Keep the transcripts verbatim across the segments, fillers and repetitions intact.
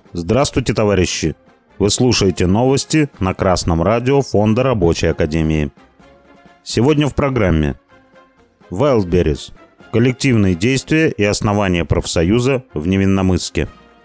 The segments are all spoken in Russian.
Здравствуйте, товарищи! Вы слушаете новости на Красном радио Фонда Рабочей Академии. Сегодня в программе Wildberries. Коллективные действия и основания профсоюза в Невинномысске.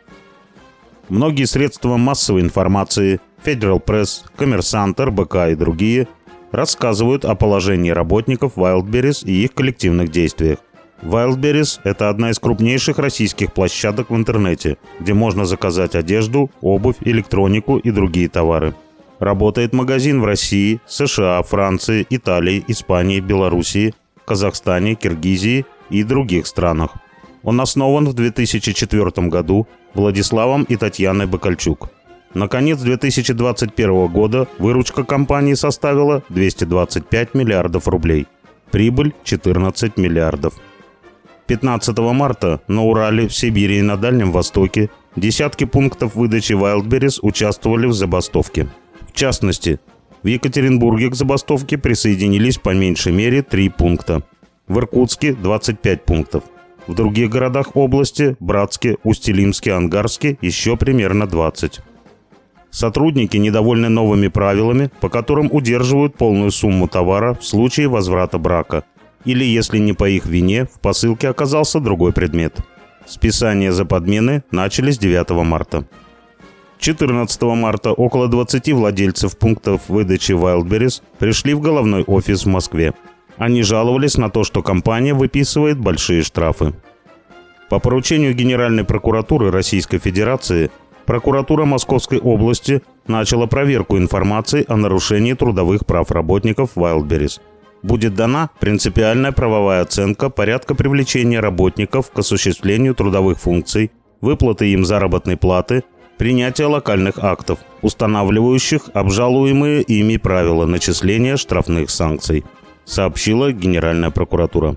Многие средства массовой информации, Federal Press, Коммерсант, эр бэ ка и другие рассказывают о положении работников Wildberries и их коллективных действиях. Wildberries – это одна из крупнейших российских площадок в интернете, где можно заказать одежду, обувь, электронику и другие товары. Работает магазин в России, США, Франции, Италии, Испании, Белоруссии, Казахстане, Киргизии и других странах. Он основан в две тысячи четвёртом году Владиславом и Татьяной Бакальчук. На конец две тысячи двадцать первого года выручка компании составила двести двадцать пять миллиардов рублей. Прибыль – четырнадцать миллиардов. пятнадцатого марта на Урале, в Сибири и на Дальнем Востоке десятки пунктов выдачи Wildberries участвовали в забастовке. В частности, в Екатеринбурге к забастовке присоединились по меньшей мере три пункта. В Иркутске – двадцать пять пунктов. В других городах области – Братске, Усть-Илимске, Ангарске – еще примерно двадцать. Сотрудники недовольны новыми правилами, по которым удерживают полную сумму товара в случае возврата брака, или если не по их вине в посылке оказался другой предмет. Списания за подмены начались девятого марта. четырнадцатого марта около двадцати владельцев пунктов выдачи Wildberries пришли в головной офис в Москве. Они жаловались на то, что компания выписывает большие штрафы. По поручению Генеральной прокуратуры Российской Федерации прокуратура Московской области начала проверку информации о нарушении трудовых прав работников Wildberries. Будет дана принципиальная правовая оценка порядка привлечения работников к осуществлению трудовых функций, выплаты им заработной платы, принятия локальных актов, устанавливающих обжалуемые ими правила начисления штрафных санкций, сообщила Генеральная прокуратура.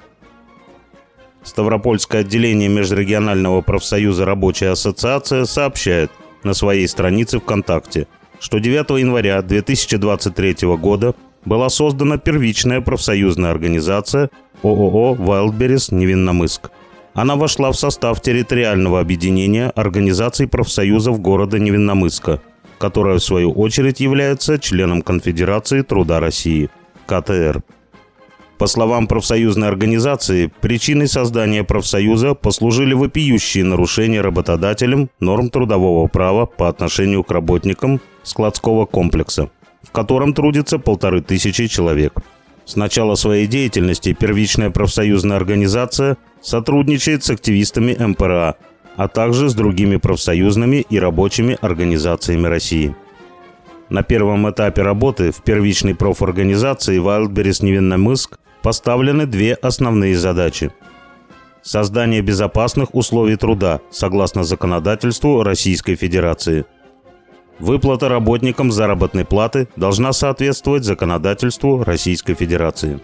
Ставропольское отделение Межрегионального профсоюза «Рабочая ассоциация» сообщает на своей странице ВКонтакте, что девятого января две тысячи двадцать третьего года была создана первичная профсоюзная организация ООО «Wildberries Невинномысск». Она вошла в состав территориального объединения организаций профсоюзов города Невинномысска, которая в свою очередь является членом Конфедерации труда России ка тэ эр. По словам профсоюзной организации, причиной создания профсоюза послужили вопиющие нарушения работодателем норм трудового права по отношению к работникам складского комплекса, в котором трудится полторы тысячи человек. С начала своей деятельности первичная профсоюзная организация сотрудничает с активистами эм пэ эр а, а также с другими профсоюзными и рабочими организациями России. На первом этапе работы в первичной профорганизации Wildberries Невинномысск поставлены две основные задачи. Создание безопасных условий труда согласно законодательству Российской Федерации. Выплата работникам заработной платы должна соответствовать законодательству Российской Федерации.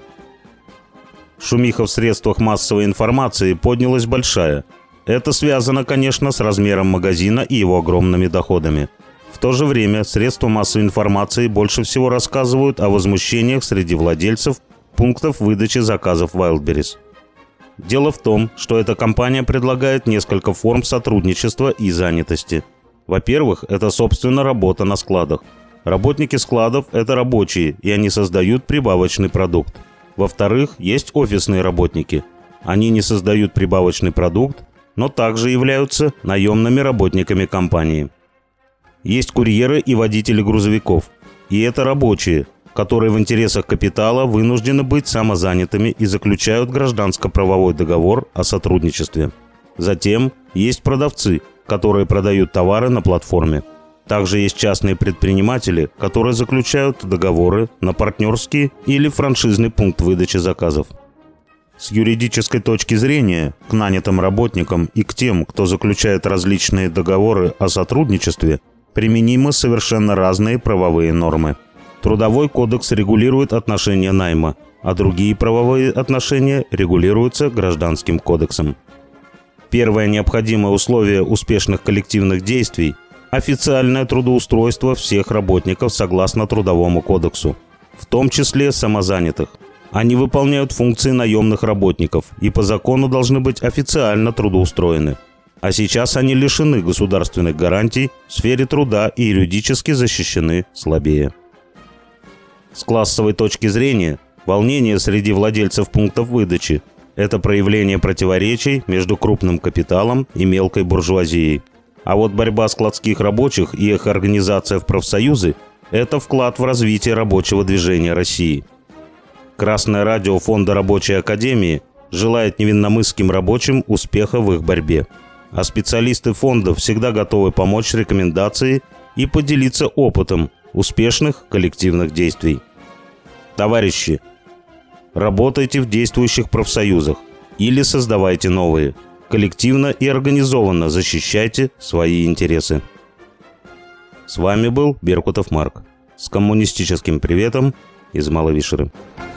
Шумиха в средствах массовой информации поднялась большая. Это связано, конечно, с размером магазина и его огромными доходами. В то же время средства массовой информации больше всего рассказывают о возмущениях среди владельцев пунктов выдачи заказов Wildberries. Дело в том, что эта компания предлагает несколько форм сотрудничества и занятости. Во-первых, это, собственно, работа на складах. Работники складов – это рабочие, и они создают прибавочный продукт. Во-вторых, есть офисные работники. Они не создают прибавочный продукт, но также являются наемными работниками компании. Есть курьеры и водители грузовиков. И это рабочие, которые в интересах капитала вынуждены быть самозанятыми и заключают гражданско-правовой договор о сотрудничестве. Затем есть продавцы, которые продают товары на платформе. Также есть частные предприниматели, которые заключают договоры на партнерский или франшизный пункт выдачи заказов. С юридической точки зрения, к нанятым работникам и к тем, кто заключает различные договоры о сотрудничестве, применимы совершенно разные правовые нормы. Трудовой кодекс регулирует отношения найма, а другие правовые отношения регулируются Гражданским кодексом. Первое необходимое условие успешных коллективных действий – официальное трудоустройство всех работников согласно Трудовому кодексу, в том числе самозанятых. Они выполняют функции наемных работников и по закону должны быть официально трудоустроены. А сейчас они лишены государственных гарантий в сфере труда и юридически защищены слабее. С классовой точки зрения, волнение среди владельцев пунктов выдачи – это проявление противоречий между крупным капиталом и мелкой буржуазией. А вот борьба складских рабочих и их организация в профсоюзы – это вклад в развитие рабочего движения России. Красное радио Фонда Рабочей Академии желает невинномысским рабочим успеха в их борьбе. А специалисты фонда всегда готовы помочь рекомендации и поделиться опытом успешных коллективных действий. Товарищи, работайте в действующих профсоюзах или создавайте новые. Коллективно и организованно защищайте свои интересы. С вами был Беркутов Марк. С коммунистическим приветом из Малой Вишеры.